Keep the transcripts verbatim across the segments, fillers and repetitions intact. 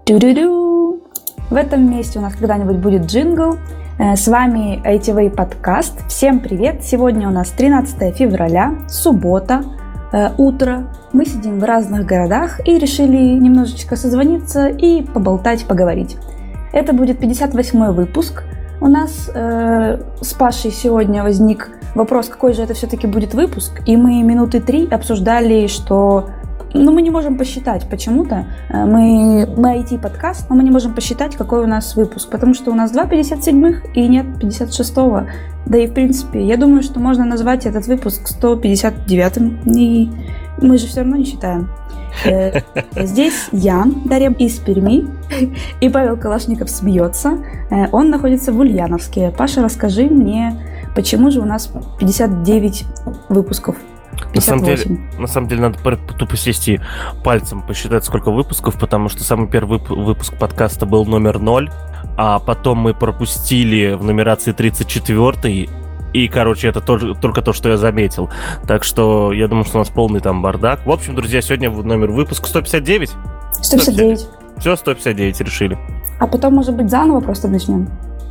Ту-ду-ду. В этом месте у нас когда-нибудь будет джингл. С вами ай ти ви подкаст. Всем привет! Сегодня у нас тринадцатое февраля, суббота, утро. Мы сидим в разных городах и решили немножечко созвониться и поболтать, поговорить. Это будет пятьдесят восьмой выпуск. У нас э, с Пашей сегодня возник вопрос, какой же это все-таки будет выпуск. И мы минуты три обсуждали, что ну, мы не можем посчитать почему-то. Мы, мы ай ти-подкаст, но мы не можем посчитать, какой у нас выпуск. Потому что у нас два пятьдесят седьмых и нет пятьдесят шестого. Да и в принципе, я думаю, что можно назвать этот выпуск сто пятьдесят девятым. И мы же все равно не считаем. Здесь я, Дарья из Перми, и Павел Калашников смеется. Он находится в Ульяновске. Паша, расскажи мне, почему же у нас пятьдесят девять выпусков? На самом, деле, на самом деле надо тупо сесть и пальцем посчитать, сколько выпусков, потому что самый первый выпуск подкаста был номер ноль, а потом мы пропустили в нумерации тридцать четвёртый, и, короче, это тоже, только то, что я заметил. Так что я думаю, что у нас полный там бардак. В общем, друзья, сегодня номер выпуска сто пятьдесят девять. сто пятьдесят девять. Все, сто пятьдесят девять решили. А потом, может быть, заново просто начнем?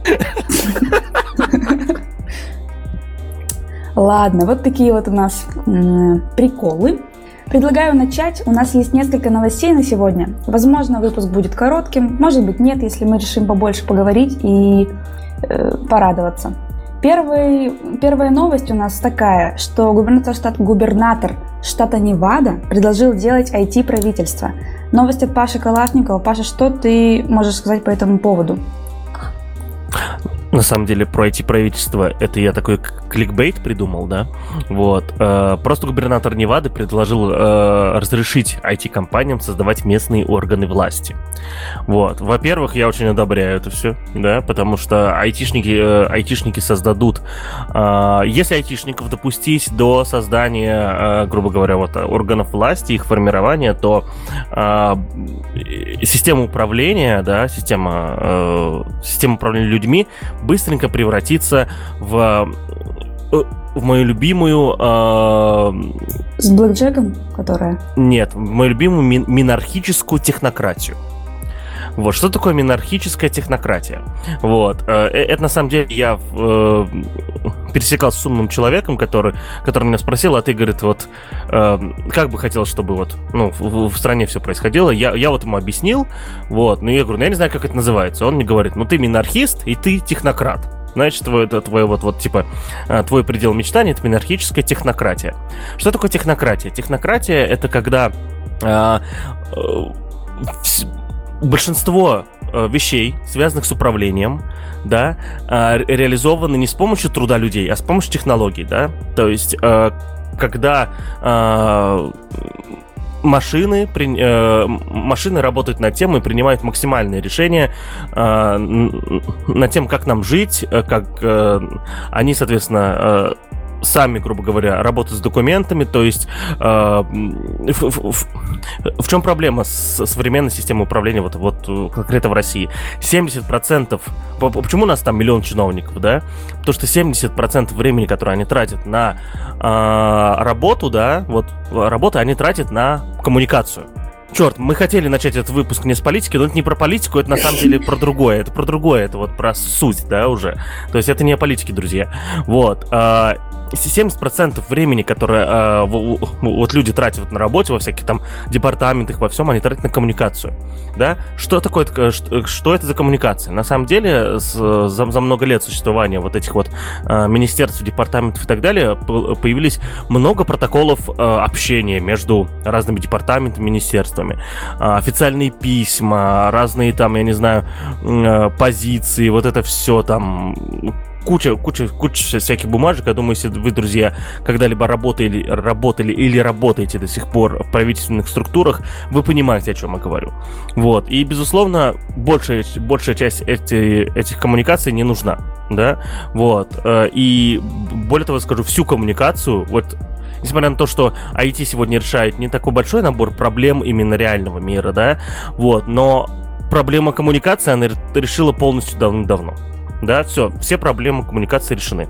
Ладно, вот такие вот у нас м- приколы. Предлагаю начать. У нас есть несколько новостей на сегодня. Возможно, выпуск будет коротким, может быть, нет, если мы решим побольше поговорить и э, порадоваться. Первый, первая новость у нас такая, что губернатор штата, губернатор штата Невада предложил делать ай ти-правительство. Новость от Паши Калашникова. Паша, что ты можешь сказать по этому поводу? На самом деле, про ай ти-правительство, это я такой кликбейт придумал, да? Вот. Просто губернатор Невады предложил разрешить ай ти-компаниям создавать местные органы власти. Вот. Во-первых, я очень одобряю это все, да, потому что айтишники, айтишники создадут... Если айтишников допустить до создания, грубо говоря, вот, органов власти, их формирования, то система управления, да, система, система управления людьми быстренько превратится в, в мою любимую... Э... С блэкджеком, которая? Нет, в мою любимую мин- минархическую технократию. Вот, что такое минархическая технократия? Вот, э, это на самом деле я э, пересекался с умным человеком, который, который меня спросил, а ты, говорит, вот, э, как бы хотел, чтобы вот, ну, в, в стране все происходило. Я, я вот ему объяснил, вот, ну, я говорю, ну, я не знаю, как это называется. Он мне говорит, ну, ты минархист и ты технократ. Значит, твой, это, твой вот, вот, типа, твой предел мечтаний — это минархическая технократия. Что такое технократия? Технократия — это когда... Э, э, большинство э, вещей, связанных с управлением, да, э, реализованы не с помощью труда людей, а с помощью технологий, да. То есть, э, когда э, машины, при, э, машины работают над тем и принимают максимальные решения э, над тем, как нам жить, как э, они, соответственно, э, сами, грубо говоря, работают с документами, то есть э, в, в, в, в чем проблема с современной системой управления, вот, вот конкретно в России? семьдесят процентов, почему у нас там миллион чиновников, да? Потому что семьдесят процентов времени, которое они тратят на э, работу, да, вот работу они тратят на коммуникацию. Черт, мы хотели начать этот выпуск не с политики, но это не про политику, это на самом деле про другое. Это про другое, это вот про суть, да, уже. То есть это не о политике, друзья. Вот. семьдесят процентов времени, которое вот люди тратят на работе, во всяких там департаментах, во всем, они тратят на коммуникацию. Да? Что такое, что, что это за коммуникация? На самом деле, с, за, за много лет существования вот этих вот министерств, департаментов и так далее, появились много протоколов общения между разными департаментами, министерствами. Официальные письма, разные там, я не знаю, позиции, вот это все там... Куча, куча, куча всяких бумажек. Я думаю, если вы, друзья, когда-либо работали, работали или работаете до сих пор в правительственных структурах, вы понимаете, о чем я говорю. Вот. И, безусловно, большая, большая часть эти, этих коммуникаций не нужна. Да? Вот. И более того, скажу, всю коммуникацию, вот, несмотря на то, что ай ти сегодня решает не такой большой набор проблем именно реального мира, да, вот, но проблема коммуникации она решила полностью давно-давно. Да, все, все проблемы коммуникации решены.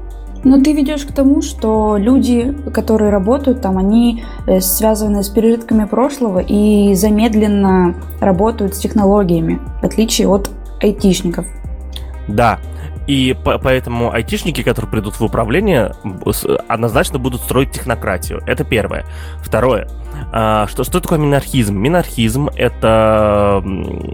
Но ты ведешь к тому, что люди, которые работают там, они связаны с пережитками прошлого и замедленно работают с технологиями, в отличие от айтишников. Да. И по- поэтому айтишники, которые придут в управление, однозначно будут строить технократию. Это первое. Второе. А, что, что такое минархизм? Минархизм — это...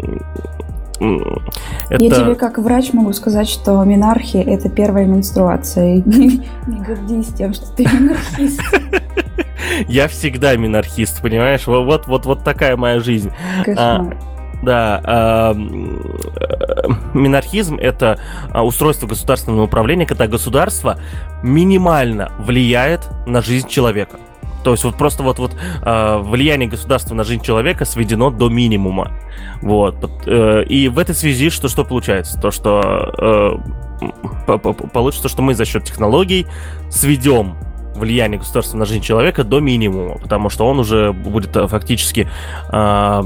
Это... Я тебе как врач могу сказать, что минархия — это первая менструация. Не гордись тем, что ты минархист. Я всегда минархист, понимаешь? Вот, вот, вот такая моя жизнь. Кошмар. Да, минархизм — это устройство государственного управления, когда государство минимально влияет на жизнь человека. То есть вот просто вот, вот э, влияние государства на жизнь человека сведено до минимума. Вот. Э, и в этой связи что, что получается? То, что э, получится, что мы за счет технологий сведем влияние государства на жизнь человека до минимума, потому что он уже будет фактически... Э,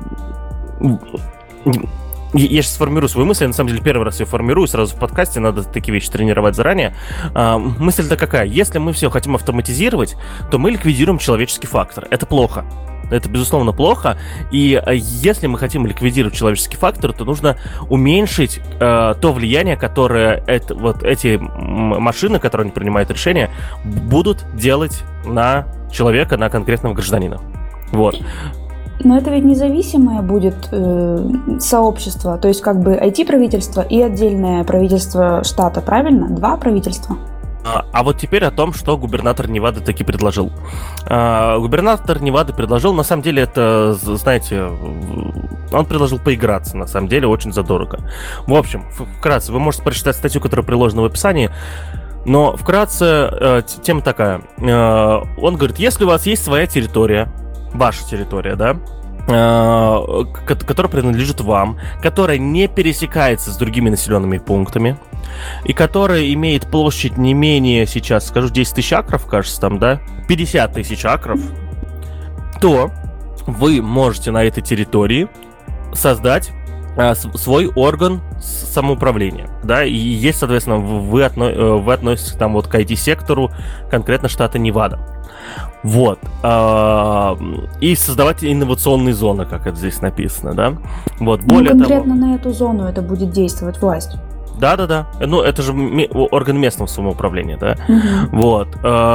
Я сейчас сформирую свою мысль, я на самом деле первый раз ее формирую, сразу в подкасте, надо такие вещи тренировать заранее. А, мысль-то какая? Если мы все хотим автоматизировать, то мы ликвидируем человеческий фактор. Это плохо. Это, безусловно, плохо. И если мы хотим ликвидировать человеческий фактор, то нужно уменьшить э, то влияние, которое это, вот эти машины, которые они принимают решения, будут делать на человека, на конкретного гражданина. Вот. Но это ведь независимое будет э, сообщество, то есть как бы ай ти-правительство и отдельное правительство штата, правильно? Два правительства? А, а вот теперь о том, что губернатор Невады таки предложил. А, губернатор Невады предложил, на самом деле, это, знаете, он предложил поиграться, на самом деле, очень задорого. В общем, вкратце, вы можете прочитать статью, которая приложена в описании. Но вкратце э, тема такая. Э, он говорит, если у вас есть своя территория, ваша территория, да, э, которая принадлежит вам, которая не пересекается с другими населенными пунктами, и которая имеет площадь не менее, сейчас скажу, десять тысяч акров, кажется, там, да, пятьдесят тысяч акров, то вы можете на этой территории создать э, свой орган самоуправления, да, и есть, соответственно, вы, отно, вы относитесь там вот к ай ти-сектору конкретно штата Невада. Вот. И создавать инновационные зоны, как это здесь написано, да. Вот. Более ну, конкретно того, на эту зону это будет действовать власть. Да-да-да. Ну, это же орган местного самоуправления, да. Угу. Вот.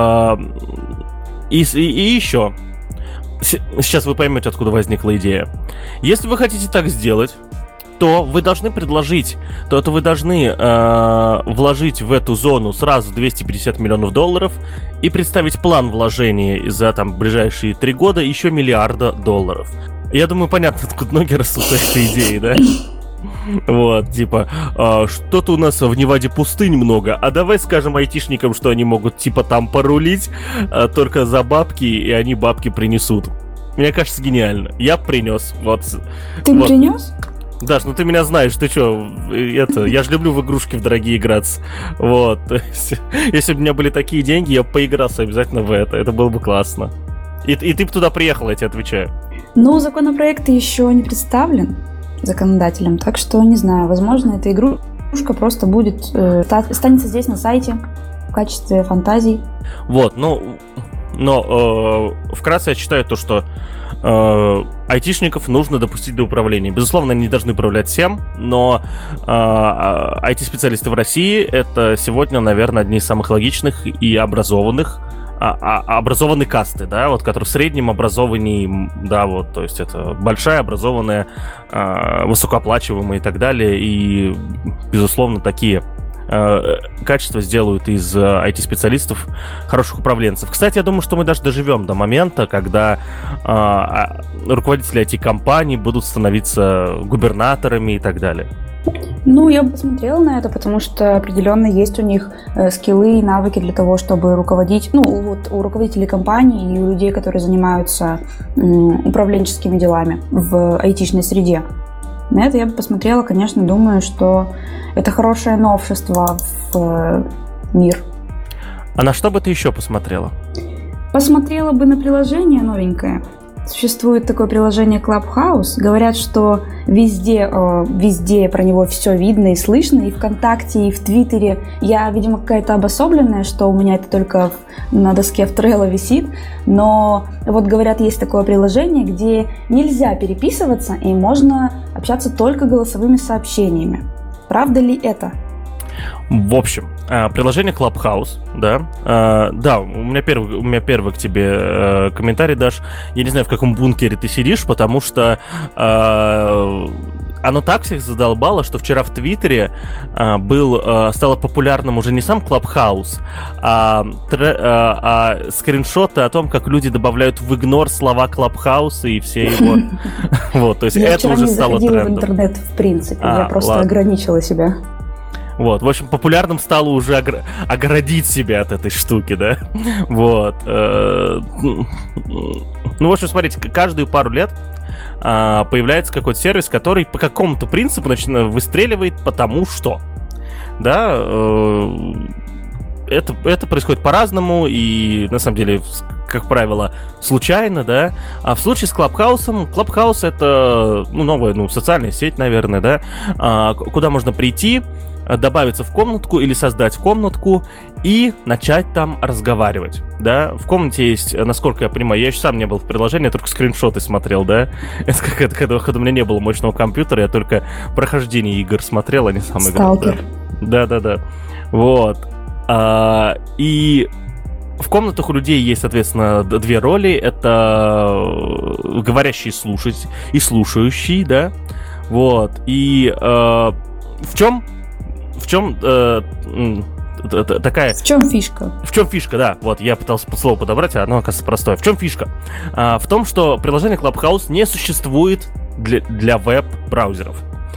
И, и, и еще. Сейчас вы поймете, откуда возникла идея. Если вы хотите так сделать, то вы должны предложить, то, то вы должны э, вложить в эту зону сразу двести пятьдесят миллионов долларов и представить план вложений за там ближайшие три года еще миллиарда долларов. Я думаю, понятно, откуда ноги растут этой идеи, да? Вот, типа, э, что-то у нас в Неваде пустынь много, а давай скажем айтишникам, что они могут типа там порулить, э, только за бабки, и они бабки принесут. Мне кажется, гениально. Я принес. Вот. Ты вот. принес? Даш, ну ты меня знаешь, ты чё, это, я же люблю в игрушки в дорогие играться. Вот, то есть, если бы у меня были такие деньги, я бы поигрался обязательно в это, это было бы классно. И, и ты бы туда приехала, я тебе отвечаю. Ну, законопроект еще не представлен законодателем, так что, не знаю, возможно, эта игрушка просто будет, э, останется здесь на сайте в качестве фантазий. Вот, ну, но э, вкратце я считаю то, что э, айтишников нужно допустить до управления. Безусловно, они не должны управлять всем, но э, ай ти-специалисты в России — это сегодня, наверное, одни из самых логичных и образованных, а, а, образованной касты, да, вот, которые в среднем образованней, да, вот, то есть это большая, образованная, э, высокооплачиваемая и так далее, и, безусловно, такие качество сделают из ай ти-специалистов хороших управленцев. Кстати, я думаю, что мы даже доживем до момента, когда э, руководители ай ти-компаний будут становиться губернаторами и так далее. Ну, я бы посмотрела на это, потому что определенно есть у них э, скиллы и навыки для того, чтобы руководить, ну, вот у руководителей компаний и у людей, которые занимаются э, управленческими делами в айтишной среде. На это я бы посмотрела, конечно, думаю, что это хорошее новшество в э, мир. А на что бы ты еще посмотрела? Посмотрела бы на приложение новенькое. существует такое приложение Clubhouse. Говорят, что везде, везде про него все видно и слышно, и ВКонтакте, и в Твиттере. Я, видимо, какая-то обособленная, что у меня это только на доске в Trello висит. Но вот говорят, есть такое приложение, где нельзя переписываться, и можно общаться только голосовыми сообщениями. Правда ли это? В общем, приложение Clubhouse, да, да, у меня первый, у меня первый к тебе комментарий, Даш. Я не знаю, в каком бункере ты сидишь, потому что оно так всех задолбало, что вчера в Твиттере был, стало популярным уже не сам Clubhouse, а, а скриншоты о том, как люди добавляют в игнор слова Clubhouse и все его... Вот, то есть это уже стало трендом. Я вчера не заходила в интернет в принципе, я просто ограничила себя. Вот, в общем, популярным стало уже огр- оградить себя от этой штуки, да? Вот. Ну, в общем, смотрите, каждую пару лет появляется какой-то сервис, который по какому-то принципу начинает выстреливает, потому что, да, это, это происходит по-разному и, на самом деле, как правило, случайно, да. А в случае с Clubhouse, Clubhouse — это, ну, новая, ну, социальная сеть, наверное, да, куда можно прийти, добавиться в комнатку или создать комнатку и начать там разговаривать, да. В комнате есть, насколько я понимаю, я еще сам не был в приложении, я только скриншоты смотрел, да. Это как это, когда, когда у меня не было мощного компьютера, я только прохождение игр смотрел, а не сам играл. Сталкер. Да, да, да. Вот. А, и в комнатах у людей есть, соответственно, две роли. Это говорящий и слушать, и слушающий, да. Вот. И э, в чем В чем э, такая... В чем фишка? В чем фишка, да. Вот, я пытался слово подобрать, а оно, оказывается, простое. В чем фишка? А, в том, что приложение Clubhouse не существует для, для веб-браузеров.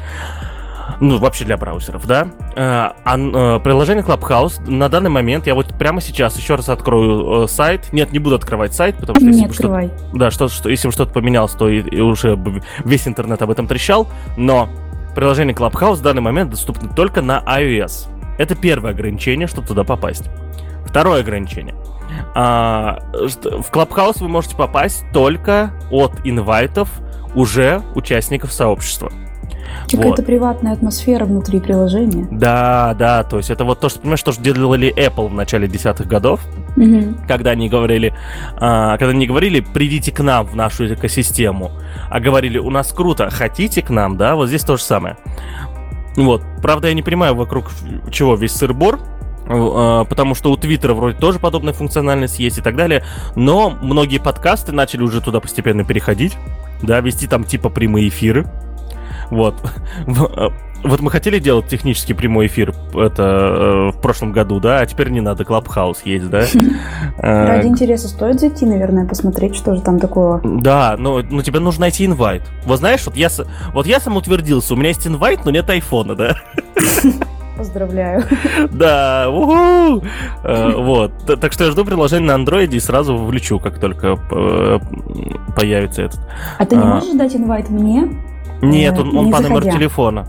Ну, вообще для браузеров, да. А, а, приложение Clubhouse на данный момент, я вот прямо сейчас еще раз открою э, сайт. Нет, не буду открывать сайт, потому что... Не если открывай. Что, да, что, что, если бы что-то поменялось, то и, и уже весь интернет об этом трещал. Но приложение Clubhouse в данный момент доступно только на iOS. Это первое ограничение, чтобы туда попасть. Второе ограничение. А, в Clubhouse вы можете попасть только от инвайтов уже участников сообщества. Какая-то Вот. приватная атмосфера внутри приложения. Да, да, то есть это вот то, что, понимаешь, то, что делали Apple в начале десятых годов, Угу. когда они говорили, а, когда они говорили, придите к нам в нашу экосистему, а говорили, у нас круто, хотите к нам, да, вот здесь то же самое. Вот, правда, я не понимаю, вокруг чего весь сыр-бор, а, потому что у Твиттера вроде тоже подобная функциональность есть и так далее, но многие подкасты начали уже туда постепенно переходить, да, вести там типа прямые эфиры. Вот. Вот мы хотели делать технический прямой эфир это э, в прошлом году, да, а теперь не надо, Clubhouse есть, да. Ради интереса стоит зайти, наверное, посмотреть, что же там такого. Да, но, но тебе нужно найти инвайт. Вот знаешь, вот я, вот я сам утвердился, у меня есть инвайт, но нет айфона, да. Поздравляю. Да, уху! Вот. Так что я жду приложение на андроиде и сразу вовлечу, как только появится этот. А ты не можешь дать инвайт мне? Нет, он, он по номеру телефона.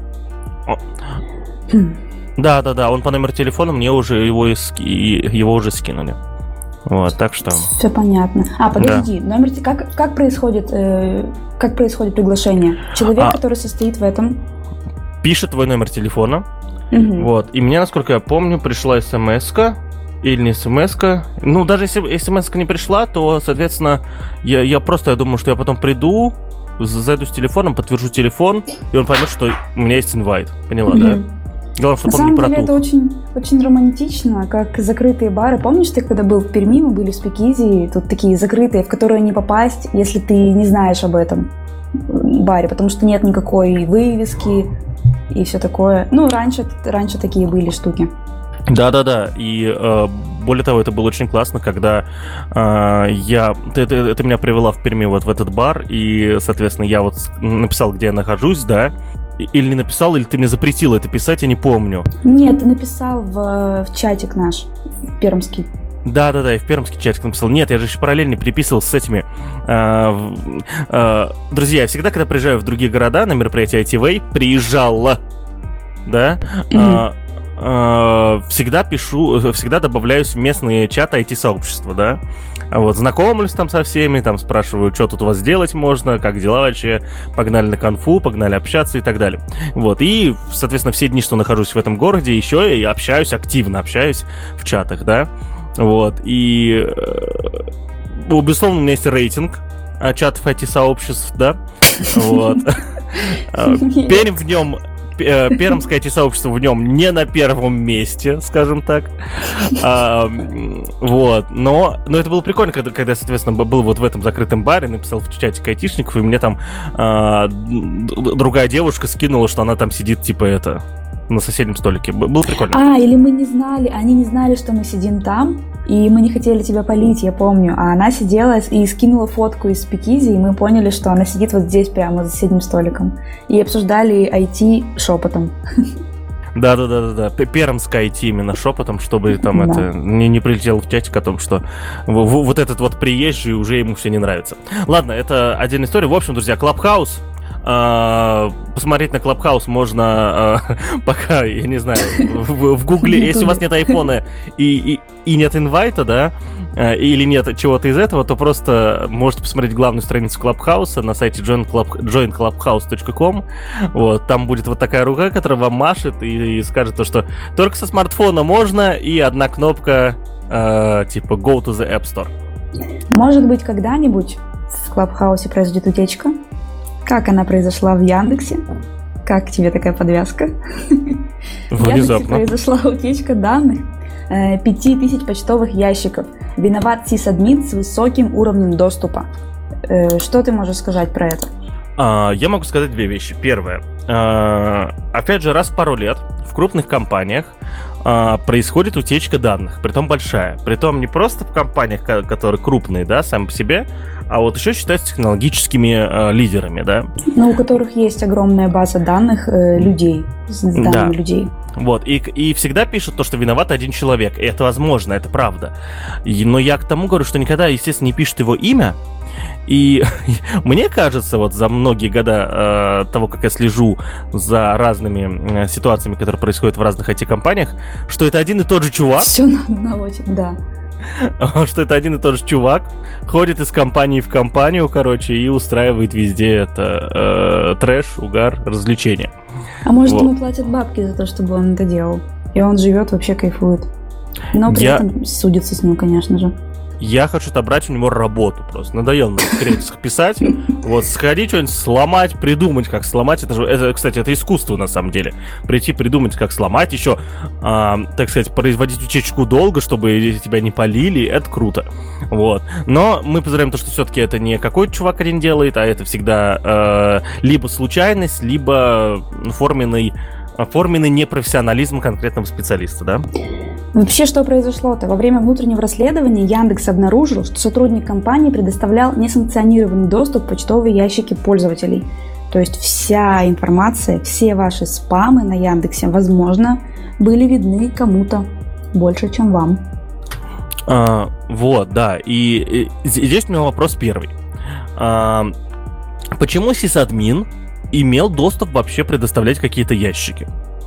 Хм. Да, да, да, он по номеру телефона, мне уже его, ски... его уже скинули. Вот, так что. Все понятно. А, подожди, да. Номер как, как происходит э, как происходит приглашение? Человек, а... который состоит в этом. Пишет твой номер телефона. Угу. Вот. И мне, насколько я помню, пришла смс-ка. Или не смс-ка. Ну, даже если смс-ка не пришла, то, соответственно, я, я просто, я думаю, что я потом приду, зайду с телефоном, подтвержу телефон, и он поймет, что у меня есть инвайт. Поняла, угу. Да? Главное, чтобы на он не самом деле протух. Это очень, очень романтично, как закрытые бары. Помнишь, ты когда был в Перми, мы были в Спикизи, тут такие закрытые, в которые не попасть, если ты не знаешь об этом баре, потому что нет никакой вывески и все такое. Ну, раньше, раньше такие были штуки. Да-да-да, и э, более того, это было очень классно, когда э, я... Ты, ты, ты меня привела в Перми вот в этот бар, и, соответственно, я вот написал, где я нахожусь, да, или не написал, или ты мне запретил это писать, я не помню. Нет, ты написал в, в чатик наш, в пермский. Да-да-да, я в пермский чатик написал. Нет, я же еще параллельно переписывал с этими. Э, э, друзья, я всегда, когда приезжаю в другие города на мероприятие ай ти ви, приезжала, да, mm-hmm. э, всегда пишу, всегда добавляюсь в местные чаты ай ти-сообщества, да. Вот, знакомлюсь там со всеми, там спрашиваю, что тут у вас делать можно, как дела вообще, погнали на конфу, погнали общаться и так далее. Вот, и, соответственно, все дни, что нахожусь в этом городе, еще и общаюсь, активно общаюсь в чатах, да. Вот, и, э, безусловно, у меня есть рейтинг чатов ай ти-сообществ, да. Вот. Перм в нем... Пермское ай ти-сообщество в нем не на первом месте, скажем так. А, вот. Но, но это было прикольно, когда, когда, соответственно, был вот в этом закрытом баре, написал в чатик айтишников, и мне там а, другая девушка скинула, что она там сидит, типа, это, на соседнем столике. Было прикольно. А, или мы не знали, они не знали, что мы сидим там, и мы не хотели тебя палить, я помню. А она сидела и скинула фотку из Speakeasy, и мы поняли, что она сидит вот здесь прямо за соседним столиком. И обсуждали ай ти шепотом. Да-да-да-да, пермское ай ти именно шепотом, чтобы там да. это не, не прилетело в чатик о том, что в, в, вот этот вот приезжий уже ему все не нравится. Ладно, это отдельная история. В общем, друзья, Clubhouse. Uh, посмотреть на Clubhouse можно uh, пока, я не знаю, в Гугле, если у вас нет айфона и, и, и нет инвайта, да, uh, или нет чего-то из этого, то просто можете посмотреть главную страницу Clubhouse на сайте join clubhouse точка ком. Вот, там будет вот такая рука, которая вам машет и, и скажет то, что только со смартфона можно, и одна кнопка uh, типа go to the App Store. Может быть, когда-нибудь в Clubhouse произойдет утечка? Как она произошла в Яндексе? Как тебе такая подвязка? В Яндексе произошла утечка данных пяти тысяч почтовых ящиков. Виноват сисадмин с высоким уровнем доступа. Что ты можешь сказать про это? А, я могу сказать две вещи. Первое. А, опять же, раз в пару лет в крупных компаниях а, происходит утечка данных, притом большая. Притом не просто в компаниях, которые крупные, да, сами по себе, а вот еще считаются технологическими э, лидерами, да. Но у которых есть огромная база данных э, людей, с данными да. людей. Вот, и, и всегда пишут то, что виноват один человек, и это возможно, это правда. И, но я к тому говорю, что никогда, естественно, не пишут его имя, и мне кажется, вот за многие года э, того, как я слежу за разными э, ситуациями, которые происходят в разных ай ти-компаниях, что это один и тот же чувак. Все наводит, да. Что это один и тот же чувак ходит из компании в компанию, короче, и устраивает везде это э, трэш, угар, развлечения. А может, вот. Ему платят бабки за то, чтобы он это делал, и он живет, вообще кайфует. Но при я... этом судится с ним, конечно же. Я хочу отобрать у него работу просто. Надоело мне скрепсах писать. Вот, сходить что-нибудь сломать, придумать, как сломать. Это же, это, кстати, это искусство на самом деле. Прийти, придумать, как сломать. Еще, а, так сказать, производить утечку долго, чтобы тебя не полили. Это круто. Вот. Но мы позираем то, что все-таки это не какой-то чувак один делает, а это всегда э, либо случайность, либо форменный, форменный непрофессионализм конкретного специалиста, да? Вообще, что произошло-то? Во время внутреннего расследования Яндекс обнаружил, что сотрудник компании предоставлял несанкционированный доступ в почтовые ящики пользователей. То есть вся информация, все ваши спамы на Яндексе, возможно, были видны кому-то больше, чем вам. А, вот, да. И, и здесь у меня вопрос первый. А, почему сисадмин имел доступ вообще предоставлять какие-то ящики?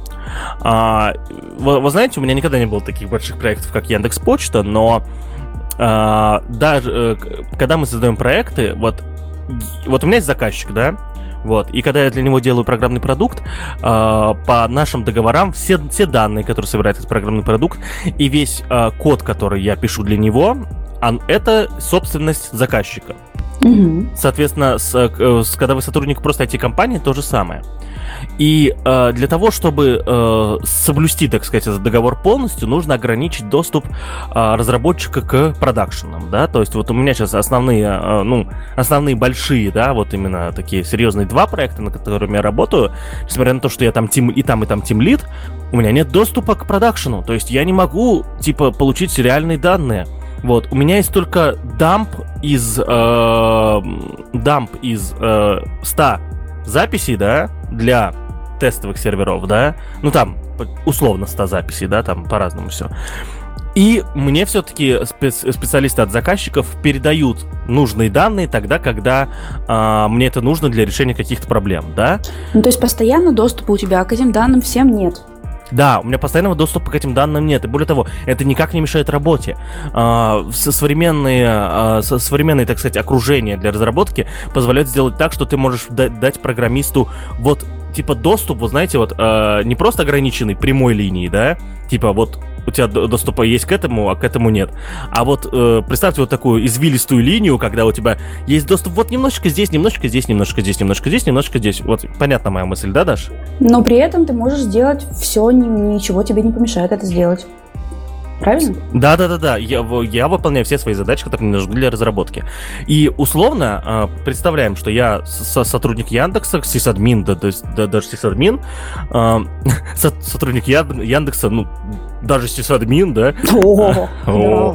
А, вы, вы знаете, у меня никогда не было таких больших проектов, как Яндекс.Почта, но а, даже когда мы создаем проекты, вот, вот у меня есть заказчик, да, вот, и когда я для него делаю программный продукт, а, по нашим договорам все, все данные, которые собирает этот программный продукт, и весь а, код, который я пишу для него, он, это собственность заказчика. Mm-hmm. Соответственно, с, с, когда вы сотрудник просто ай ти-компании, то же самое. И э, для того, чтобы э, соблюсти, так сказать, этот договор полностью, нужно ограничить доступ э, разработчика к продакшенам, да, то есть вот у меня сейчас основные, э, ну, основные большие, да, вот именно такие серьезные два проекта, на которыми я работаю, несмотря на то, что я там тим, и там, и там тимлид, у меня нет доступа к продакшену, то есть я не могу, типа, получить реальные данные. Вот, у меня есть только дамп из, э, дамп из э, ста записей, да, для тестовых серверов, да, ну там условно ста записей, да, там по-разному все. И мне все-таки спец- специалисты от заказчиков передают нужные данные тогда, когда э, мне это нужно для решения каких-то проблем, да. Ну то есть постоянно доступа у тебя к этим данным всем нет? Да, у меня постоянного доступа к этим данным нет. И более того, это никак не мешает работе. А, современные, а, современные, так сказать, окружения для разработки позволяют сделать так, что ты можешь дать программисту вот типа доступ, вот знаете, вот а, не просто ограниченный прямой линией, да, типа вот у тебя доступа есть к этому, а к этому нет. А вот э, представьте вот такую извилистую линию, когда у тебя есть доступ вот немножечко здесь, немножечко здесь, немножечко здесь, немножечко здесь, немножечко здесь. Вот понятна моя мысль, да, Даш? Но при этом ты можешь сделать все, ничего тебе не помешает это сделать. Правильно? Да, да, да, да. Я, я выполняю все свои задачи, которые мне нужны для разработки. И условно э, представляем, что я со- сотрудник Яндекса, сисадмин, да, да, да, даже сисадмин, э, со- сотрудник Яндекса, ну, даже сисадмин, да. О,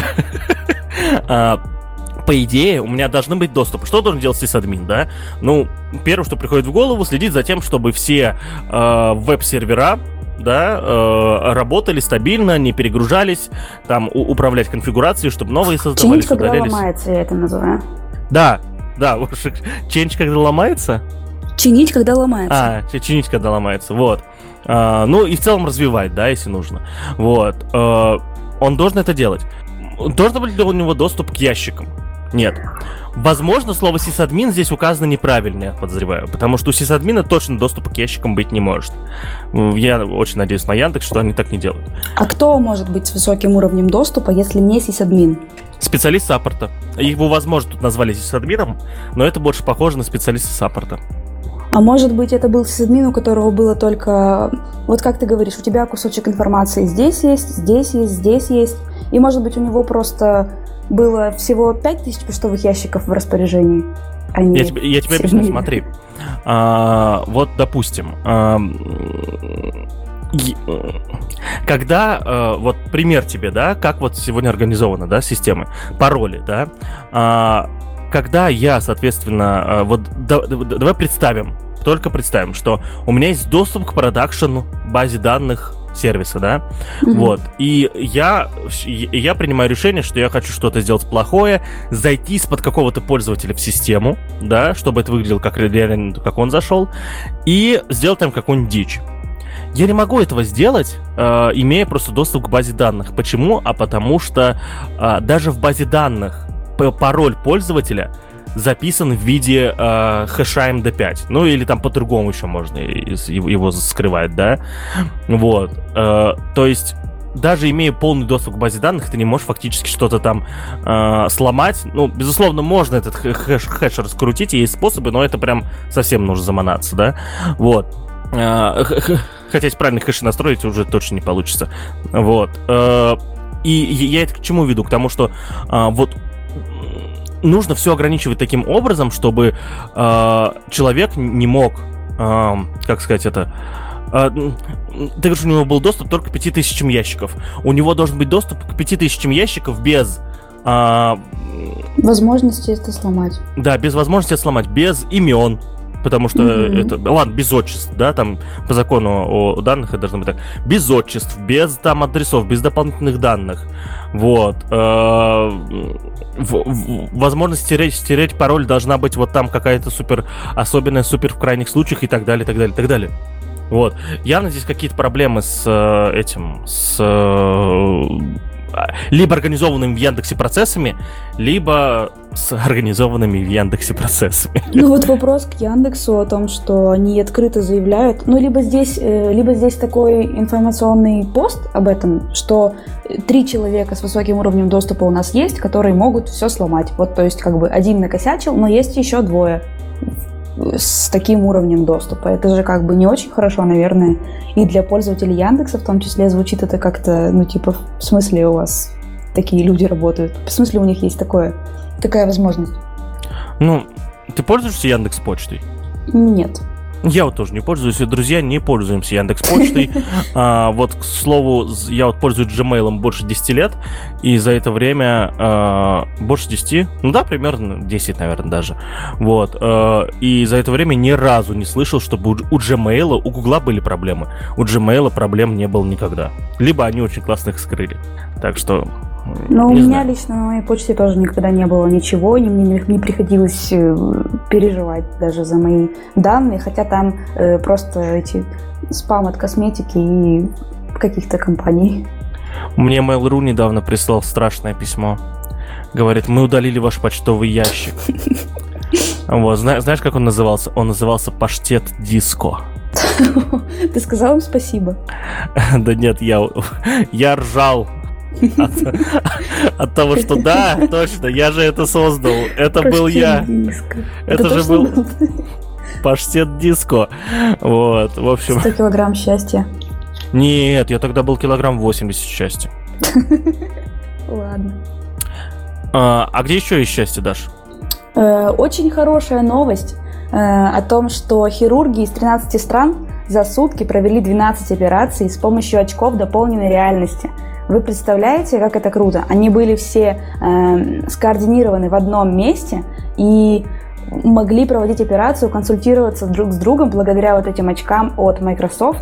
по идее, у меня должны быть доступы. Что должен делать сисадмин, да? Ну, первое, что приходит в голову, следить за тем, чтобы все э, веб-сервера, да, э, работали стабильно, не перегружались, там, у- управлять конфигурацией, чтобы новые создавались, Чинить, когда удалялись. ломается, я это называю. Да, да, change, когда ломается? Чинить, когда ломается. А, чинить, когда ломается, вот. А, ну, и в целом развивать, да, если нужно. Вот. А, он должен это делать. Должен быть ли у него доступ к ящикам? Нет. Возможно, слово сисадмин здесь указано неправильно, я подозреваю, потому что у сисадмина точно доступа к ящикам быть не может. Я очень надеюсь на Яндекс, что они так не делают. А кто может быть с высоким уровнем доступа, если не сисадмин? Специалист саппорта. Его, возможно, тут назвали сисадмином, но это больше похоже на специалиста саппорта. А может быть, это был сисадмин, у которого было только... Вот как ты говоришь, у тебя кусочек информации здесь есть, здесь есть, здесь есть. И, может быть, у него просто было всего пять тысяч почтовых ящиков в распоряжении. А не я тебе, я тебе объясню, смотри. А, вот, допустим, а, когда, а, вот пример тебе, да, как вот сегодня организованы, да, системы, пароли, да, а, когда я, соответственно, вот да, да, давай представим, только представим, что у меня есть доступ к продакшн базе данных сервиса, да, mm-hmm. вот, и я, я принимаю решение, что я хочу что-то сделать плохое, зайти из-под какого-то пользователя в систему, да, чтобы это выглядело как реально, как он зашел, и сделать там какую-нибудь дичь. Я не могу этого сделать, э, имея просто доступ к базе данных. Почему? А потому что э, даже в базе данных пароль пользователя записан в виде э, хэша эм ди пять. Ну, или там по-другому еще можно его, его скрывать, да? Вот. Э, то есть, даже имея полный доступ к базе данных, ты не можешь фактически что-то там э, сломать. Ну, безусловно, можно этот хэш, хэш раскрутить, и есть способы, но это прям совсем нужно заманаться, да? Вот. Э, хотя, если правильно хэши настроить, уже точно не получится. Вот. Э, и я это к чему веду? К тому, что э, вот нужно все ограничивать таким образом, чтобы э, человек не мог, э, как сказать это, э, ты говоришь, у него был доступ только к пяти тысячам ящиков. У него должен быть доступ к пяти тысячам ящиков без... Э, возможности это сломать. Да, без возможности это сломать, без имен. Потому что mm-hmm. это... Ладно, без отчеств, да, там по закону о данных это должно быть так. Без отчеств, без там адресов, без дополнительных данных. Вот. Возможность стереть, стереть пароль должна быть вот там какая-то супер особенная, супер в крайних случаях и так далее, так далее, так далее. Вот. Явно здесь какие-то проблемы с этим, с... либо организованными в Яндексе процессами, либо с организованными в Яндексе процессами. Ну вот вопрос к Яндексу о том, что они открыто заявляют, ну либо здесь, либо здесь такой информационный пост об этом, что три человека с высоким уровнем доступа у нас есть, которые могут все сломать. Вот, то есть как бы один накосячил, но есть еще двое с таким уровнем доступа. Это же как бы не очень хорошо, наверное, и для пользователей Яндекса в том числе звучит это как-то, ну типа, в смысле у вас такие люди работают? В смысле у них есть такое, такая возможность? Ну, ты пользуешься Яндекс.Почтой? Нет. Я вот тоже не пользуюсь, и друзья не пользуемся Яндекс.Почтой. а, вот, к слову, я вот пользуюсь Gmail больше десяти лет, и за это время а, больше десяти, ну да, примерно десять, наверное, даже. Вот. А, и за это время ни разу не слышал, чтобы у, у Gmail, у Гугла были проблемы. У Gmail проблем не было никогда. Либо они очень классно их скрыли. Так что Но у меня знаю. Лично на моей почте тоже никогда не было ничего, и мне не приходилось переживать даже за мои данные, хотя там э, просто эти спам от косметики и каких-то компаний. Мне Mail.ru недавно прислал страшное письмо. Говорит, мы удалили ваш почтовый ящик. Вот, знаешь, как он назывался? Он назывался «Паштет Диско». Ты сказал им спасибо? Да нет, я, я ржал от, от того, что да, точно, я же это создал. Это Паштет был я. Диско. Это, это же был, был Паштет Диско. Вот, в общем. сто килограмм счастья. Нет, я тогда был килограмм восемьдесят счастья. Ладно. А, а где еще есть счастье, Даш? Э, очень хорошая новость э, о том, что хирурги из тринадцати стран за сутки провели двенадцать операций с помощью очков дополненной реальности. Вы представляете, как это круто? Они были все э, скоординированы в одном месте и могли проводить операцию, консультироваться друг с другом благодаря вот этим очкам от Microsoft.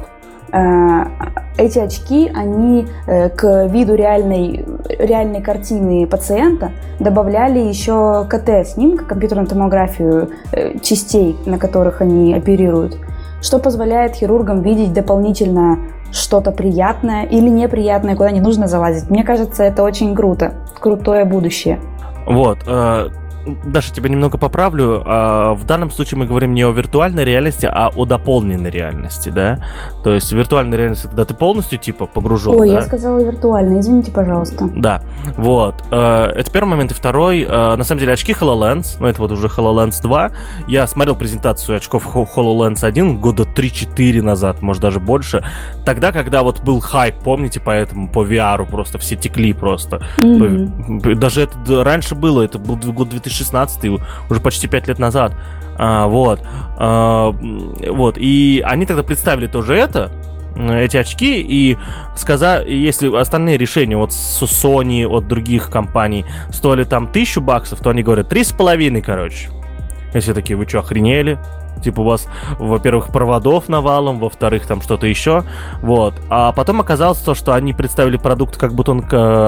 Эти очки, они к виду реальной, реальной картины пациента добавляли еще КТ-снимок, компьютерную томографию частей, на которых они оперируют, что позволяет хирургам видеть дополнительно что-то приятное или неприятное, куда не нужно залазить. Мне кажется, это очень круто. Крутое будущее. Вот. Даша, тебя немного поправлю. В данном случае мы говорим не о виртуальной реальности, а о дополненной реальности, да? То есть виртуальная реальность, когда ты полностью, типа, погружен. Ой, да? Я сказала виртуальная, извините, пожалуйста. Да, вот. Это первый момент. И второй, на самом деле, очки HoloLens, ну это вот уже HoloLens два. Я смотрел презентацию очков HoloLens один года три-четыре назад, может даже больше. Тогда, когда вот был хайп, помните, поэтому по ви ар просто все текли просто. Mm-hmm. Даже это раньше было, это был год две тысячи шестнадцатый, уже почти пять лет назад. А, вот. А, вот. И они тогда представили тоже это, эти очки, и сказали, если остальные решения от Sony, от других компаний стоили там тысячу баксов, то они говорят три с половиной, короче. И все такие, вы что, охренели? Типа у вас, во-первых, проводов навалом, во-вторых, там что-то еще. Вот. А потом оказалось то, что они представили продукт как будто он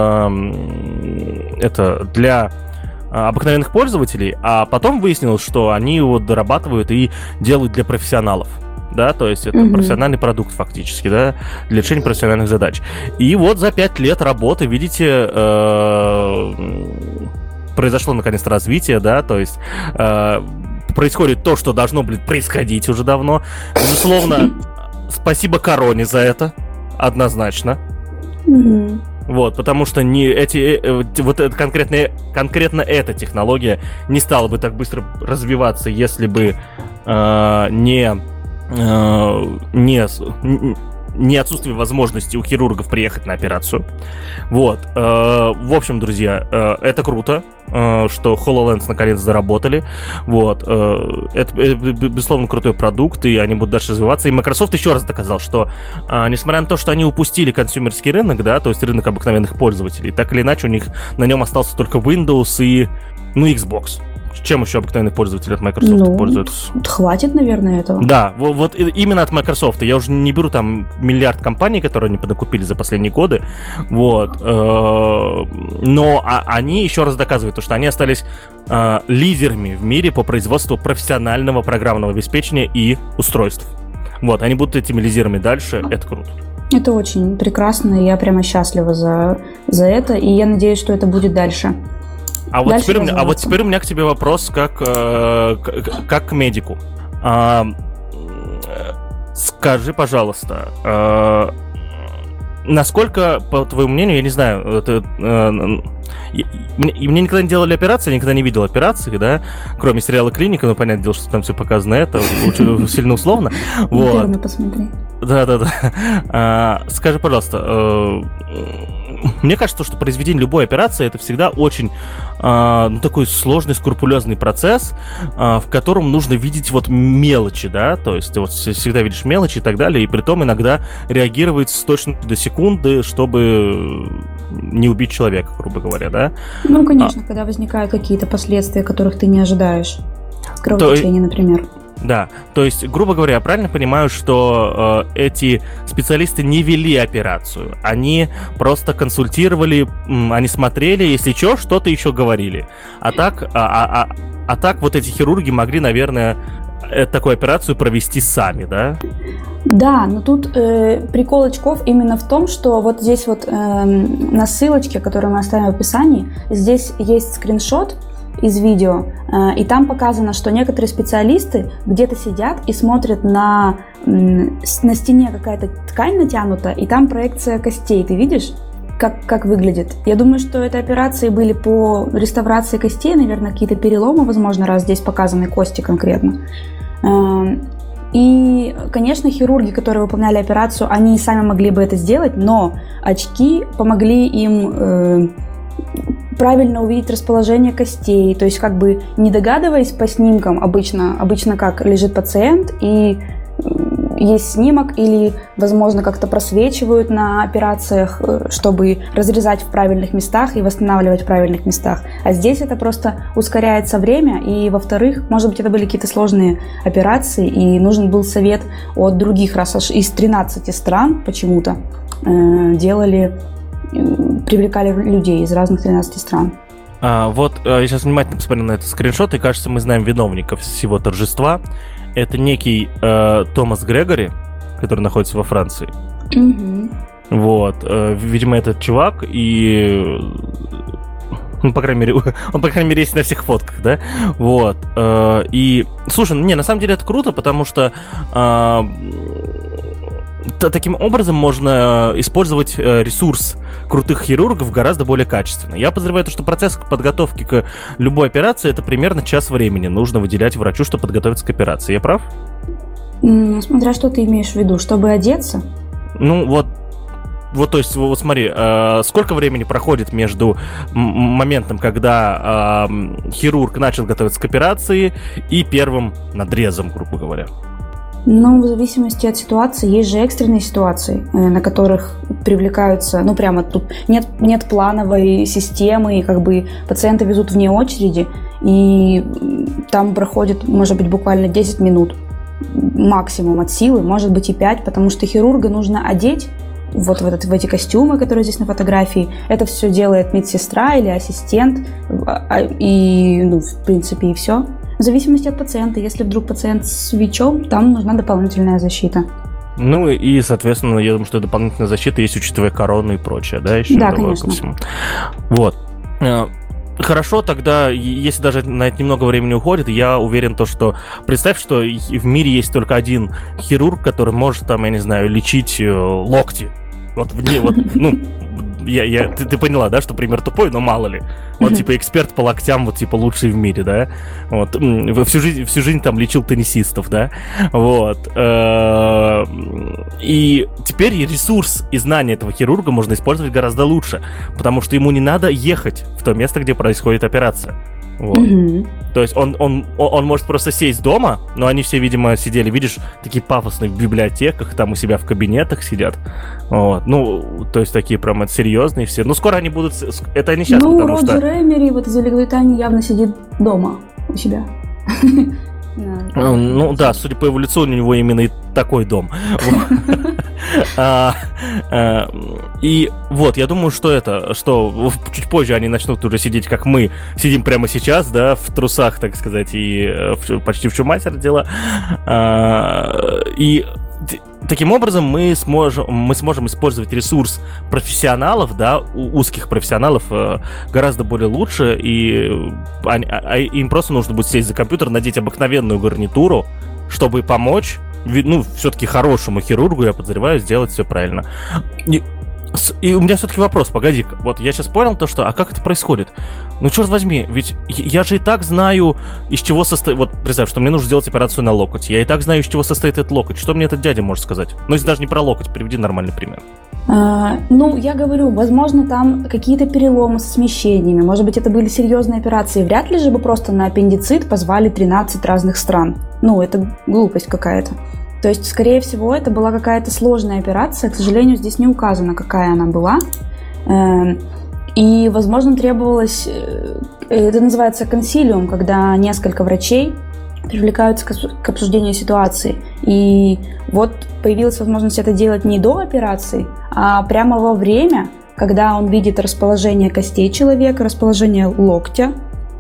это для обыкновенных пользователей, а потом выяснилось, что они его дорабатывают и делают для профессионалов. Да, то есть это mm-hmm. профессиональный продукт фактически, да, для решения профессиональных задач. И вот за пять лет работы, видите, произошло наконец-то развитие, да, то есть происходит то, что должно, блин, происходить уже давно. Безусловно, спасибо короне за это, однозначно. Mm-hmm. Вот, потому что не эти, вот это, конкретно, конкретно эта технология не стала бы так быстро развиваться, если бы э, не, э, не, не отсутствие возможности у хирургов приехать на операцию. Вот, э, в общем, друзья, э, это круто, э, что HoloLens наконец заработали. Вот, э, это, это, безусловно, крутой продукт, и они будут дальше развиваться. И Microsoft еще раз доказал, что, э, несмотря на то, что они упустили консюмерский рынок, да, то есть рынок обыкновенных пользователей, так или иначе у них на нем остался только Windows и, ну, Xbox. Чем еще обыкновенные пользователи от Microsoft ну, пользуются? Хватит, наверное, этого. Да, вот, вот именно от Microsoft. Я уже не беру там миллиард компаний, которые они подокупили за последние годы. Вот. Но они еще раз доказывают, то, что они остались лидерами в мире по производству профессионального программного обеспечения и устройств. Вот, они будут этими лидерами дальше. Это круто. Это очень прекрасно. Я прямо счастлива за, за это. И я надеюсь, что это будет дальше. А вот, теперь у меня, а вот теперь у меня к тебе вопрос как, э, как к медику. А, скажи, пожалуйста, э, насколько, по твоему мнению, я не знаю, это, э, я, мне, мне никогда не делали операции, я никогда не видел операции, да, кроме сериала «Клиника», но понятное дело, что там все показано это, очень сильно условно. Вот. Посмотри. Да-да-да. Скажи, пожалуйста, мне кажется, что произведение любой операции это всегда очень э, ну, такой сложный, скрупулезный процесс, э, в котором нужно видеть вот мелочи, да, то есть ты вот всегда видишь мелочи и так далее, и притом иногда реагировать с точностью до секунды, чтобы не убить человека, грубо говоря, да. Ну, конечно, а, когда возникают какие-то последствия, которых ты не ожидаешь, кровотечение, то, например. Да, то есть, грубо говоря, я правильно понимаю, что э, эти специалисты не вели операцию, они просто консультировали, м, они смотрели, если что, что-то еще говорили. А так, а, а, а, а так вот эти хирурги могли, наверное, такую операцию провести сами, да? Да, но тут э, прикол очков именно в том, что вот здесь вот э, на ссылочке, которую мы оставим в описании, здесь есть скриншот из видео, э, и там показано, что некоторые специалисты где-то сидят и смотрят на, э, на стене какая-то ткань натянута, и там проекция костей, ты видишь? Как, как выглядит. Я думаю, что это операции были по реставрации костей, наверное, какие-то переломы, возможно, раз здесь показаны кости конкретно. И, конечно, хирурги, которые выполняли операцию, они сами могли бы это сделать, но очки помогли им э, правильно увидеть расположение костей, то есть как бы не догадываясь по снимкам, обычно, обычно как лежит пациент и есть снимок или, возможно, как-то просвечивают на операциях, чтобы разрезать в правильных местах и восстанавливать в правильных местах. А здесь это просто ускоряется время, и, во-вторых, может быть, это были какие-то сложные операции, и нужен был совет от других, раз аж из тринадцати стран почему-то э, делали, э, привлекали людей из разных тринадцати стран. А, вот я сейчас внимательно посмотрел на этот скриншот, и кажется, мы знаем виновников всего торжества. Это некий э, Томас Грегори, который находится во Франции. Mm-hmm. Вот. Э, видимо, этот чувак, и... Ну, по крайней мере, он, по крайней мере, есть на всех фотках, да? Вот. Э, и, слушай, не, на самом деле это круто, потому что... Э, таким образом можно использовать ресурс крутых хирургов гораздо более качественно. Я подозреваю, что процесс подготовки к любой операции — это примерно час времени нужно выделять врачу, чтобы подготовиться к операции. Я прав? Смотря что ты имеешь в виду, чтобы одеться? Ну, вот, вот, то есть, вот смотри, э, сколько времени проходит между моментом, когда э, хирург начал готовиться к операции, и первым надрезом, грубо говоря? Ну, в зависимости от ситуации, есть же экстренные ситуации, на которых привлекаются, ну, прямо тут нет, нет плановой системы, и как бы пациента везут вне очереди, и там проходит, может быть, буквально десять минут максимум от силы, может быть и пять, потому что хирурга нужно одеть вот в, этот, в эти костюмы, которые здесь на фотографии. Это все делает медсестра или ассистент, и, ну, в принципе, и все. В зависимости от пациента. Если вдруг пациент с ВИЧом, там нужна дополнительная защита. Ну и, соответственно, я думаю, что дополнительная защита есть, учитывая корону и прочее, да? Еще да, конечно. Вот. Хорошо, тогда, если даже на это немного времени уходит, я уверен, то, что... Представь, что в мире есть только один хирург, который может, там, я не знаю, лечить локти. Вот, вот, ну... Я, я, ты, ты поняла, да, что пример тупой, но мало ли. Он, типа, эксперт по локтям, вот, типа, лучший в мире, да. Вот. Всю жизнь, всю жизнь там лечил теннисистов, да. Вот. И теперь ресурс и знания этого хирурга можно использовать гораздо лучше, потому что ему не надо ехать в то место, где происходит операция. Вот. Mm-hmm. То есть он, он, он может просто сесть дома, но они все, видимо, сидели, видишь, такие пафосные в библиотеках, там у себя в кабинетах сидят. Вот. Ну, то есть такие прям серьезные все. Ну, скоро они будут... Это не сейчас, ну, потому Роджер что... Ну, Роджер Эмери вот из Великобритании явно сидит дома у себя. Ну да, судя по его лицу, у него именно и такой дом. И вот, я думаю, что это, что чуть позже они начнут уже сидеть, как мы сидим прямо сейчас, да, в трусах, так сказать, и почти в чем мастер дела. И таким образом мы сможем, мы сможем использовать ресурс профессионалов, да, узких профессионалов гораздо более лучше, и они, а им просто нужно будет сесть за компьютер, надеть обыкновенную гарнитуру, чтобы помочь, ну, все-таки хорошему хирургу, я подозреваю, сделать все правильно. И, и у меня все-таки вопрос, погоди-ка, вот я сейчас понял то, что, а как это происходит? Ну, черт возьми, ведь я же и так знаю, из чего состоит... Вот, представь, что мне нужно сделать операцию на локоть. Я и так знаю, из чего состоит этот локоть. Что мне этот дядя может сказать? Ну, если даже не про локоть, приведи нормальный пример. А, ну, я говорю, возможно, там какие-то переломы со смещениями. Может быть, это были серьезные операции. Вряд ли же бы просто на аппендицит позвали тринадцать разных стран. Ну, это глупость какая-то. То есть, скорее всего, это была какая-то сложная операция. К сожалению, здесь не указано, какая она была. И, возможно, требовалось... Это называется консилиум, когда несколько врачей привлекаются к обсуждению ситуации. И вот появилась возможность это делать не до операции, а прямо во время, когда он видит расположение костей человека, расположение локтя.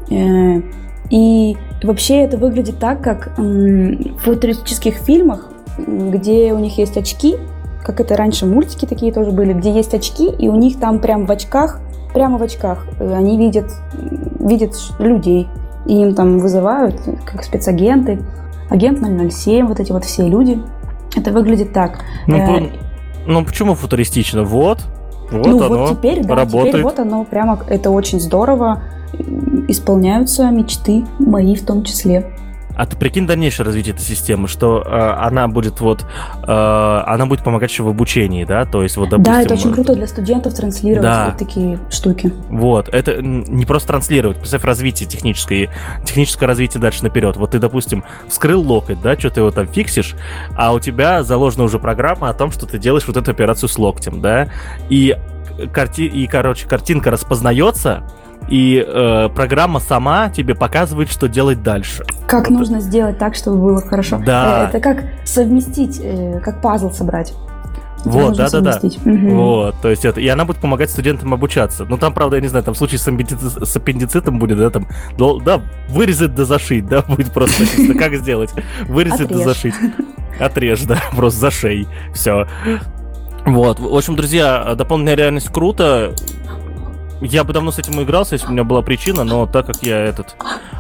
И вообще это выглядит так, как в футуристических фильмах, где у них есть очки, как это раньше мультики такие тоже были, где есть очки, и у них там прям в очках, прямо в очках они видят, видят людей. И им там вызывают, как спецагенты, агент ноль ноль семь, вот эти вот все люди. Это выглядит так. Ну, э- ну почему футуристично? Вот, вот ну, оно вот теперь, да, работает. Теперь вот оно прямо, это очень здорово. Исполняются мечты мои в том числе. А ты прикинь дальнейшее развитие этой системы, что э, она будет вот, э, она будет помогать еще в обучении, да, то есть вот, допустим... Да, это очень круто для студентов транслировать да. вот такие штуки. Вот, это не просто транслировать, представь развитие техническое, техническое развитие дальше наперед. Вот ты, допустим, вскрыл локоть, да, что ты его там фиксишь, а у тебя заложена уже программа о том, что ты делаешь вот эту операцию с локтем, да, и, карти... и короче, картинка распознается, и э, программа сама тебе показывает, что делать дальше. Как вот. Нужно сделать так, чтобы было хорошо. Да. Э, это как совместить, э, как пазл собрать. Вот, да-да-да. Угу. Вот, то есть это, и она будет помогать студентам обучаться. Ну, там, правда, я не знаю, там в случае с, аппендици... с аппендицитом будет, да, там, да, вырезать да зашить, да, будет просто написано, как сделать. Вырезать да зашить. Отрежь, да, просто зашей. Все. Вот, в общем, друзья, дополненная реальность круто. Я бы давно с этим игрался, если бы у меня была причина, но так как я этот...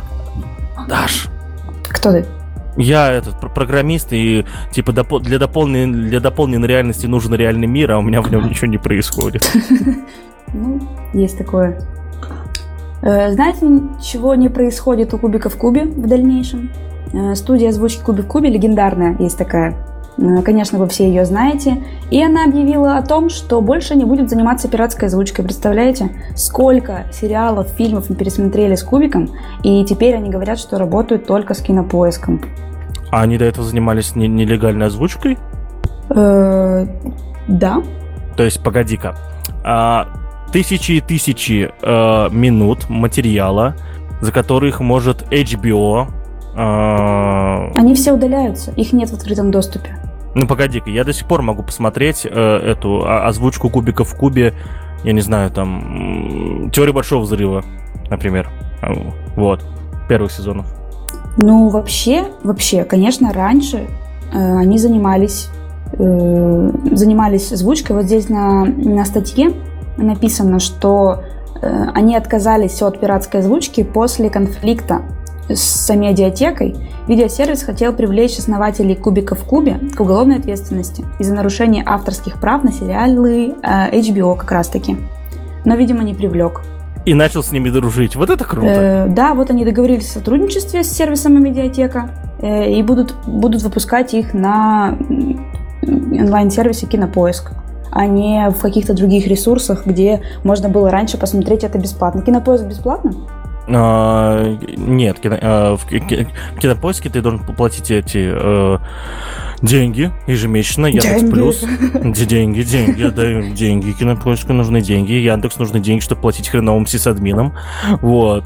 Даш. Кто ты? Я этот программист, и типа допол- для, дополненной, для дополненной реальности нужен реальный мир, а у меня в нем ничего не происходит. Ну, есть такое. Знаете, чего не происходит у Кубика в Кубе в дальнейшем? Студия озвучки Кубик в Кубе легендарная есть такая. Конечно, вы все ее знаете. И она объявила о том, что больше не будет заниматься пиратской озвучкой. Представляете, сколько сериалов, фильмов мы пересмотрели с Кубиком, и теперь они говорят, что работают только с Кинопоиском. А они до этого занимались не- нелегальной озвучкой? Э-э- да. То есть, погоди-ка. А, тысячи и тысячи э, минут материала, за которых может эйч би о... Э... Они все удаляются, их нет в открытом доступе. Ну, погоди-ка, я до сих пор могу посмотреть э, эту озвучку Кубика в Кубе, я не знаю, там, Теория Большого Взрыва, например. Вот, первых сезонов. Ну, вообще, вообще, конечно, раньше э, они занимались, э, занимались озвучкой. Вот здесь на, на статье написано, что э, они отказались от пиратской озвучки после конфликта с медиатекой. Видеосервис хотел привлечь основателей Кубика в Кубе к уголовной ответственности из-за нарушения авторских прав на сериалы э, эйч би о как раз-таки. Но, видимо, не привлек. И начал с ними дружить. Вот это круто. Э, да, вот они договорились о сотрудничестве с сервисом Медиатека э, и будут, будут выпускать их на онлайн-сервисе Кинопоиск, а не в каких-то других ресурсах, где можно было раньше посмотреть это бесплатно. Кинопоиск бесплатно? А, нет, кино, а, в Кинопоиске ты должен платить эти а, деньги ежемесячно. Яндекс Плюс. Деньги, деньги, я даю деньги. Кинопоиску нужны деньги. Яндекс нужны деньги, чтобы платить хреновым сисадминам. Вот.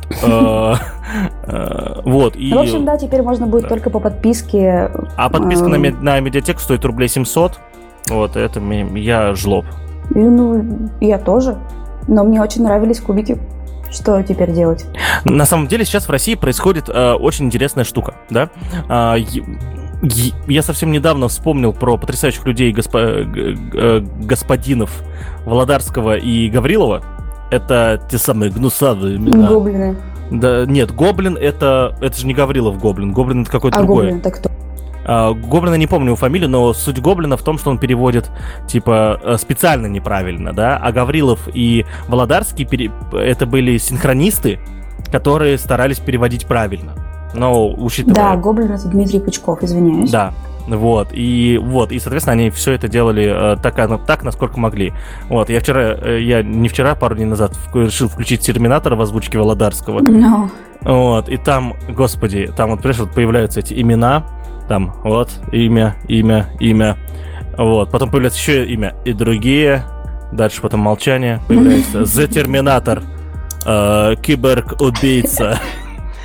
Вот. В общем, да, теперь можно будет только по подписке. А подписка на медиатеку стоит рублей семьсот. Вот, это я жлоб. Ну, я тоже. Но мне очень нравились кубики. Что теперь делать? На самом деле сейчас в России происходит э, очень интересная штука, да? Э, я совсем недавно вспомнил про потрясающих людей госпо, господинов Володарского и Гаврилова. Это те самые гнусавые имена. Гоблины. Да, нет, Гоблин это, это же не Гаврилов Гоблин. Гоблин это какой-то а другой. Гоблин это кто? Гоблина не помню его фамилию, но суть Гоблина в том, что он переводит, типа, специально неправильно, да, а Гаврилов и Володарский пере... это были синхронисты, которые старались переводить правильно, но учитывая... Да, Гоблин это Дмитрий Пучков, извиняюсь. Да, вот, и вот, и, соответственно, они все это делали так, так, насколько могли. Вот, я вчера, я не вчера, пару дней назад решил включить Терминатора в озвучке Володарского. No. Вот, и там, господи, там вот, понимаешь, вот появляются эти имена. Там, вот, имя, имя, имя. Вот, потом появляется еще имя и другие. Дальше потом молчание. Появляется The Terminator, э, Киборг-убийца.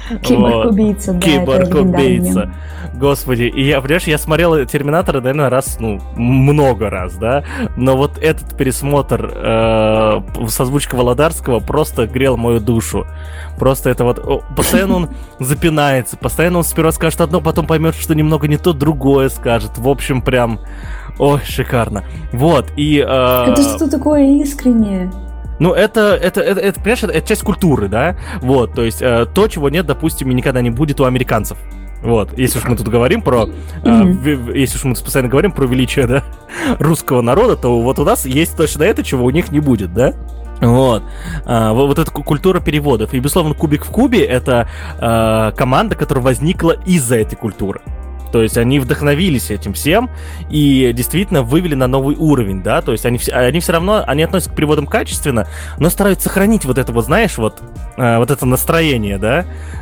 Киборг-убийца, вот. да. Киборг-убийца. Господи, и я, понимаешь, я смотрел Терминатора, наверное, раз, ну, много раз, да, но вот этот пересмотр э, с озвучкой Володарского просто грел мою душу. Просто это вот, о, постоянно он запинается, постоянно он сперва скажет одно, потом поймет, что немного не то, другое скажет. В общем, прям, ой, шикарно. Вот, и... Э, это что такое искреннее? Ну, это, это, это, это, понимаешь, это, это часть культуры, да, вот, то есть э, то, чего нет, допустим, и никогда не будет у американцев. Вот, если уж мы тут говорим про, mm-hmm. э, если уж мы постоянно говорим про величие, да, русского народа, то вот у нас есть точно это, чего у них не будет, да? Вот, а, вот эта культура переводов. И, безусловно, «Кубик в кубе» — это а, команда, которая возникла из-за этой культуры. То есть они вдохновились этим всем и действительно вывели на новый уровень, да, то есть они, они все равно, они относятся к переводам качественно, но стараются сохранить вот это вот, знаешь, вот, э, вот это настроение, да.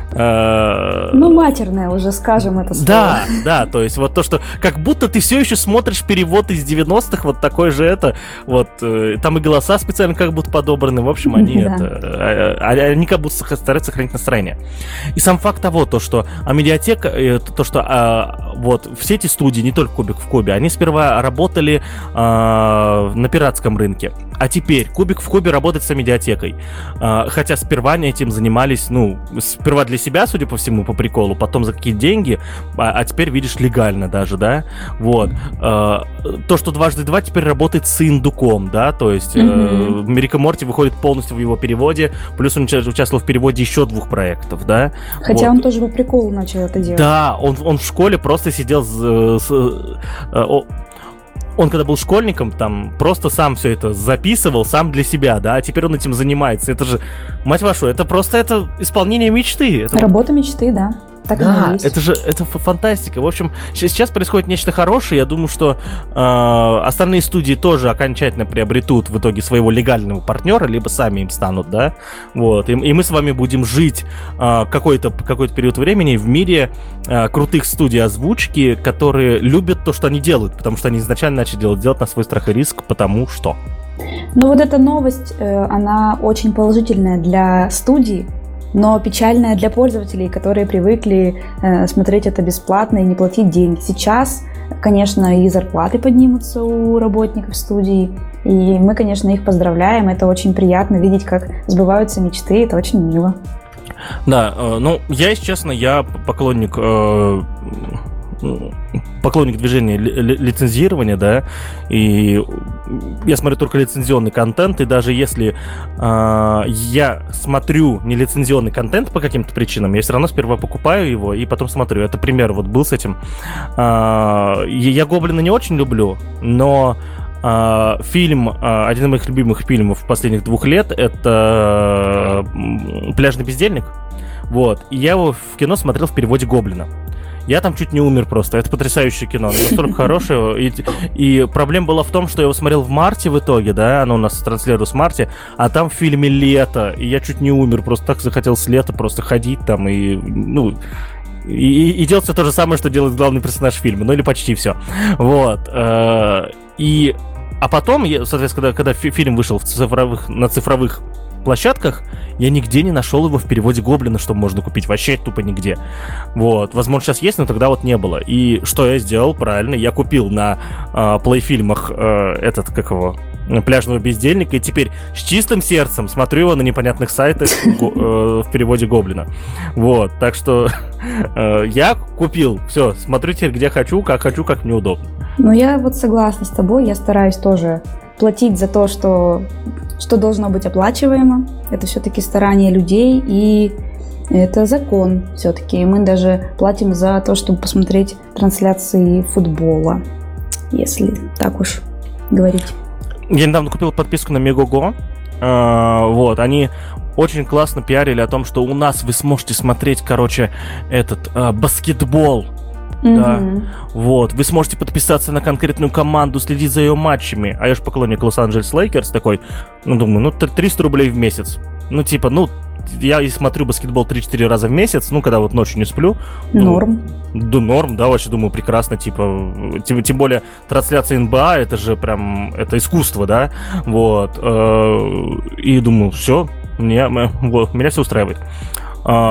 Э, ну, матерное уже, скажем это слово. Да, да, то есть вот то, что как будто ты все еще смотришь перевод из девяностых, вот такой же это, вот, э, там и голоса специально как будто подобраны, в общем, они да. это, э, они как будто стараются сохранить настроение. И сам факт того, то, что а медиатека, э, то, что э, вот все эти студии, не только «Кубик в кубе», они сперва работали э, на пиратском рынке, а теперь «Кубик в кубе» работает с медиатекой. Э, хотя сперва они этим занимались, ну, сперва для себя, судя по всему, по приколу, потом за какие-то деньги, а, а теперь, видишь, легально даже, да, вот. Э, то, что «Дважды два» теперь работает с индуком, да, то есть mm-hmm. э, «Рик и Морти» выходит полностью в его переводе, плюс он участвовал в переводе еще двух проектов, да. Хотя вот. Он тоже по приколу начал это делать. Да, он, он в школе просто сидел с... с э, он когда был школьником, там, просто сам все это записывал, сам для себя, да, а теперь он этим занимается. Это же, мать вашу, это просто это исполнение мечты. Это... Работа мечты, да. Так да, это же это фантастика. В общем, сейчас происходит нечто хорошее. Я думаю, что э, остальные студии тоже окончательно приобретут в итоге своего легального партнера, либо сами им станут, да. Вот. И, и мы с вами будем жить э, какой-то, какой-то период времени в мире э, крутых студий озвучки, которые любят то, что они делают, потому что они изначально начали делать, делать на свой страх и риск, потому что. Ну вот эта новость, э, она очень положительная для студий, но печальная для пользователей, которые привыкли э, смотреть это бесплатно и не платить деньги. Сейчас, конечно, и зарплаты поднимутся у работников студии, и мы, конечно, их поздравляем. Это очень приятно видеть, как сбываются мечты, это очень мило. Да, э, ну, я, если честно, я поклонник... Э, поклонник движения ли, лицензирования, да, и я смотрю только лицензионный контент, и даже если э, я смотрю нелицензионный контент по каким-то причинам, я все равно сперва покупаю его и потом смотрю. Это пример вот был с этим. Э, я «Гоблина» не очень люблю, но э, фильм, э, один из моих любимых фильмов последних двух лет, это э, «Пляжный бездельник». Вот, и я его в кино смотрел в переводе «Гоблина». Я там чуть не умер просто. Это потрясающее кино. Оно настолько хорошее. И, и проблема была в том, что я его смотрел в марте в итоге, да, оно у нас транслируется в марте, а там в фильме «Лето». И я чуть не умер. Просто так захотелось лето просто ходить там и, ну... И, и делать все то же самое, что делает главный персонаж фильма. Ну или почти все. Вот. И... А потом, соответственно, когда, когда фильм вышел в цифровых, на цифровых площадках, я нигде не нашел его в переводе «Гоблина», что можно купить. Вообще тупо нигде. Вот. Возможно, сейчас есть, но тогда вот не было. И что я сделал? Правильно, я купил на э, плейфильмах э, этот, как его, «Пляжного бездельника», и теперь с чистым сердцем смотрю его на непонятных сайтах в переводе «Гоблина». Вот. Так что я купил. Все, смотрю теперь где хочу, как хочу, как мне удобно. Ну, я вот согласна с тобой. Я стараюсь тоже платить за то, что... что должно быть оплачиваемо. Это все-таки старание людей, и это закон все-таки. Мы даже платим за то, чтобы посмотреть трансляции футбола, если так уж говорить. Я недавно купил подписку на Мегого. А, вот, они очень классно пиарили о том, что у нас вы сможете смотреть, короче, этот а, баскетбол. Mm-hmm. Да, вот, вы сможете подписаться на конкретную команду, следить за ее матчами. А я же поклонник Лос-Анджелес Лейкерс такой, ну, думаю, ну, триста рублей в месяц. Ну, типа, ну, я и смотрю баскетбол три-четыре раза в месяц, ну, когда вот ночью не сплю. Норм. Ну, да, норм, да, вообще, думаю, прекрасно, типа, тем, тем более трансляция эн бэ а, это же прям, это искусство, да, вот. И думаю, все, меня, вот, меня все устраивает.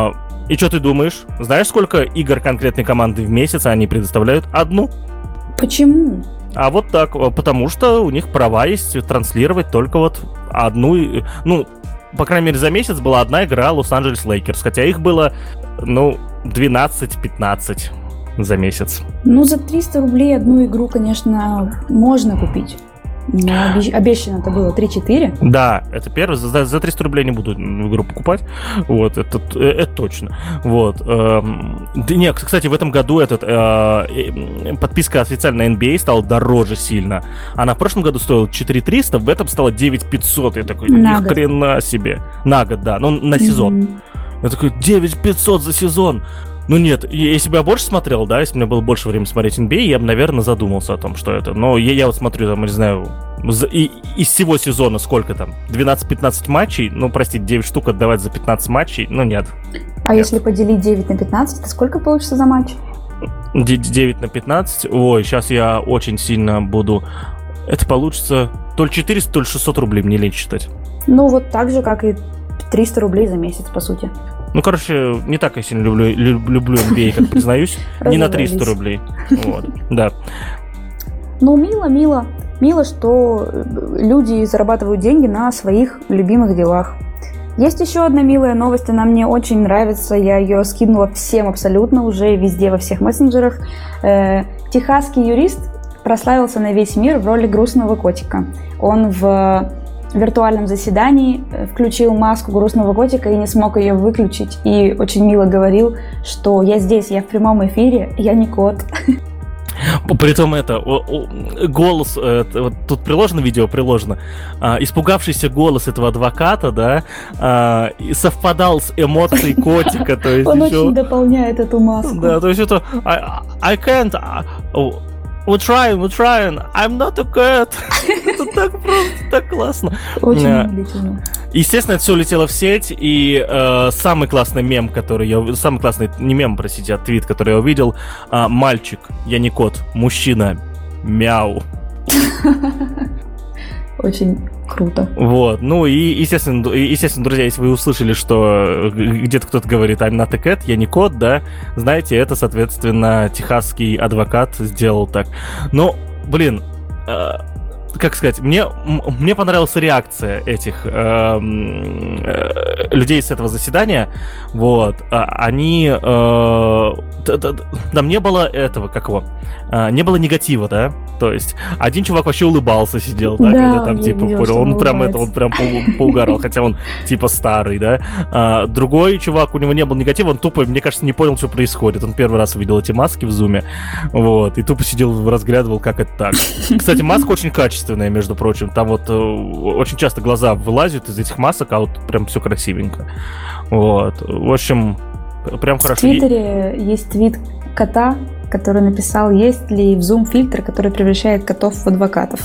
И что ты думаешь? Знаешь, сколько игр конкретной команды в месяц они предоставляют? Одну. Почему? А вот так, потому что у них права есть транслировать только вот одну, ну, по крайней мере, за месяц была одна игра Лос-Анджелес Лейкерс, хотя их было, ну, двенадцать-пятнадцать за месяц. Ну, за триста рублей одну игру, конечно, можно купить. Но обещ- обещано-то было три-четыре. Да, это первое. За, за триста рублей не буду игру покупать. Вот, это, это точно. Вот. Эм, да нет, кстати, в этом году этот, э, подписка официально эн би эй стала дороже сильно. Она в прошлом году стоила четыре триста, в этом стало девять пятьсот. Я такой, ни хрена себе. На год, да, ну на сезон. Mm-hmm. Я такой, девять пятьсот за сезон. Ну нет, если бы я больше смотрел, да, если бы у меня было больше времени смотреть эн би эй, я бы, наверное, задумался о том, что это. Но я, я вот смотрю, там, не знаю, за, и, из всего сезона сколько там? двенадцать-пятнадцать матчей? Ну, простите, девять штук отдавать за пятнадцать матчей? Ну, нет. А нет. Если поделить девять на пятнадцать, то сколько получится за матч? девять на пятнадцать? Ой, сейчас я очень сильно буду... Это получится то ли четыреста, то ли шестьсот рублей, мне лень считать. Ну, вот так же, как и триста рублей за месяц, по сути. Ну, короче, не так я сильно люблю, люблю эн би эй, как признаюсь. Не на триста рублей. Вот, да. Ну, мило, мило. Мило, что люди зарабатывают деньги на своих любимых делах. Есть еще одна милая новость, она мне очень нравится. Я ее скинула всем абсолютно, уже везде, во всех мессенджерах. Э, техасский юрист прославился на весь мир в роли грустного котика. Он в... В виртуальном заседании включил маску грустного котика и не смог ее выключить. И очень мило говорил, что я здесь, я в прямом эфире, я не кот. Притом это, о, о, голос, это, вот тут приложено видео, приложено, а, испугавшийся голос этого адвоката, да, а, совпадал с эмоцией котика. То есть он еще... очень дополняет эту маску. Да, то есть это I, I can't... Oh, we're trying, we're trying, I'm not a cat. Это так просто, так классно. Очень удивительно. Естественно, это все улетело в сеть, и э, самый классный мем, который я... Самый классный, не мем, простите, а твит, который я увидел. Э, мальчик, я не кот, мужчина, мяу. Очень круто. Вот, ну и, естественно, естественно, друзья, если вы услышали, что где-то кто-то говорит I'm not a cat, я не кот, да, знаете, это, соответственно, техасский адвокат сделал так. Но, блин, э, как сказать, мне, мне понравилась реакция этих э, э, людей с этого заседания, вот, они, э, там не было этого, как его, э, не было негатива, да, то есть один чувак вообще улыбался, сидел, да, да когда там, типа, видел, он прям это, он прям поугарал, хотя он, типа, старый, да, а, другой чувак, у него не было негатива, он тупо, мне кажется, не понял, что происходит, он первый раз увидел эти маски в зуме, вот, и тупо сидел, разглядывал, как это так. Кстати, маска очень качественная, между прочим, там вот очень часто глаза вылазят из этих масок, а вот прям все красивенько, вот, в общем, прям хорошо. В Твиттере есть твит кота, который написал, есть ли в Zoom фильтр, который превращает котов в адвокатов.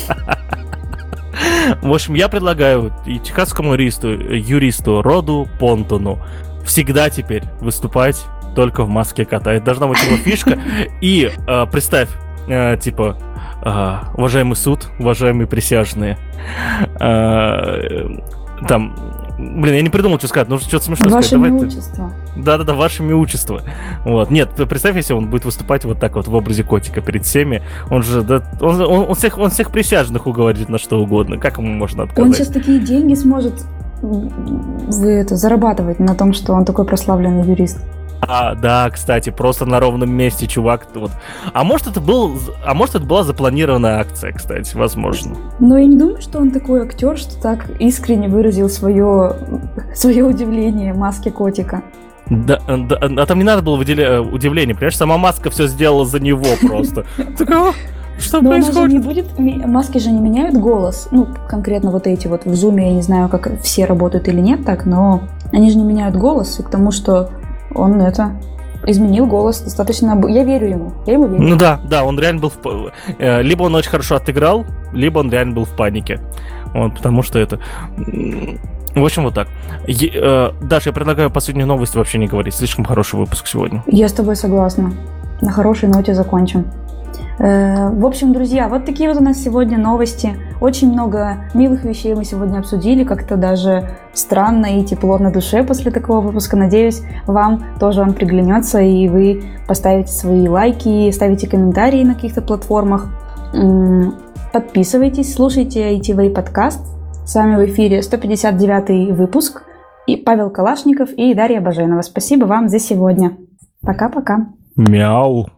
В общем, я предлагаю и техасскому юристу, юристу Роду Понтону всегда теперь выступать только в маске кота. Это должна быть его фишка. И э, представь, э, типа, э, уважаемый суд, уважаемые присяжные, э, там... Блин, я не придумал, что сказать, нужно что-то смешное сказать. Ваше Давай мяучество. Ты... Да-да-да, ваше мяучество. Вот. Нет, представь, если он будет выступать вот так вот в образе котика перед всеми. Он же, да, он, он, он, всех, он всех присяжных уговорит на что угодно. Как ему можно отказать? Он сейчас такие деньги сможет вы это, зарабатывать на том, что он такой прославленный юрист. А, да, кстати, просто на ровном месте, чувак. Вот. А может это был, а может это была запланированная акция, кстати, возможно. Но я не думаю, что он такой актер, что так искренне выразил свое, свое удивление маске котика. Да, да, а там не надо было выделя... удивление, понимаешь? Сама маска все сделала за него просто. Такого. Что но происходит? Она же не будет... Маски же не меняют голос. Ну, конкретно вот эти вот в зуме, я не знаю, как все работают или нет так, но они же не меняют голос, и к тому, что он это изменил голос достаточно... Я верю ему. Я ему верю. Ну да, да, он реально был... В... Либо он очень хорошо отыграл, либо он реально был в панике. Вот, потому что это... В общем, вот так. Е- э, Даша, я предлагаю последнюю новость вообще не говорить. Слишком хороший выпуск сегодня. Я с тобой согласна. На хорошей ноте закончим. В общем, друзья, вот такие вот у нас сегодня новости. Очень много милых вещей мы сегодня обсудили, как-то даже странно и тепло на душе после такого выпуска. Надеюсь, вам тоже он приглянется, и вы поставите свои лайки, ставите комментарии на каких-то платформах. Подписывайтесь, слушайте ай ти вей подкаст. С вами в эфире сто пятьдесят девятый выпуск. И Павел Калашников и Дарья Баженова. Спасибо вам за сегодня. Пока-пока. Мяу.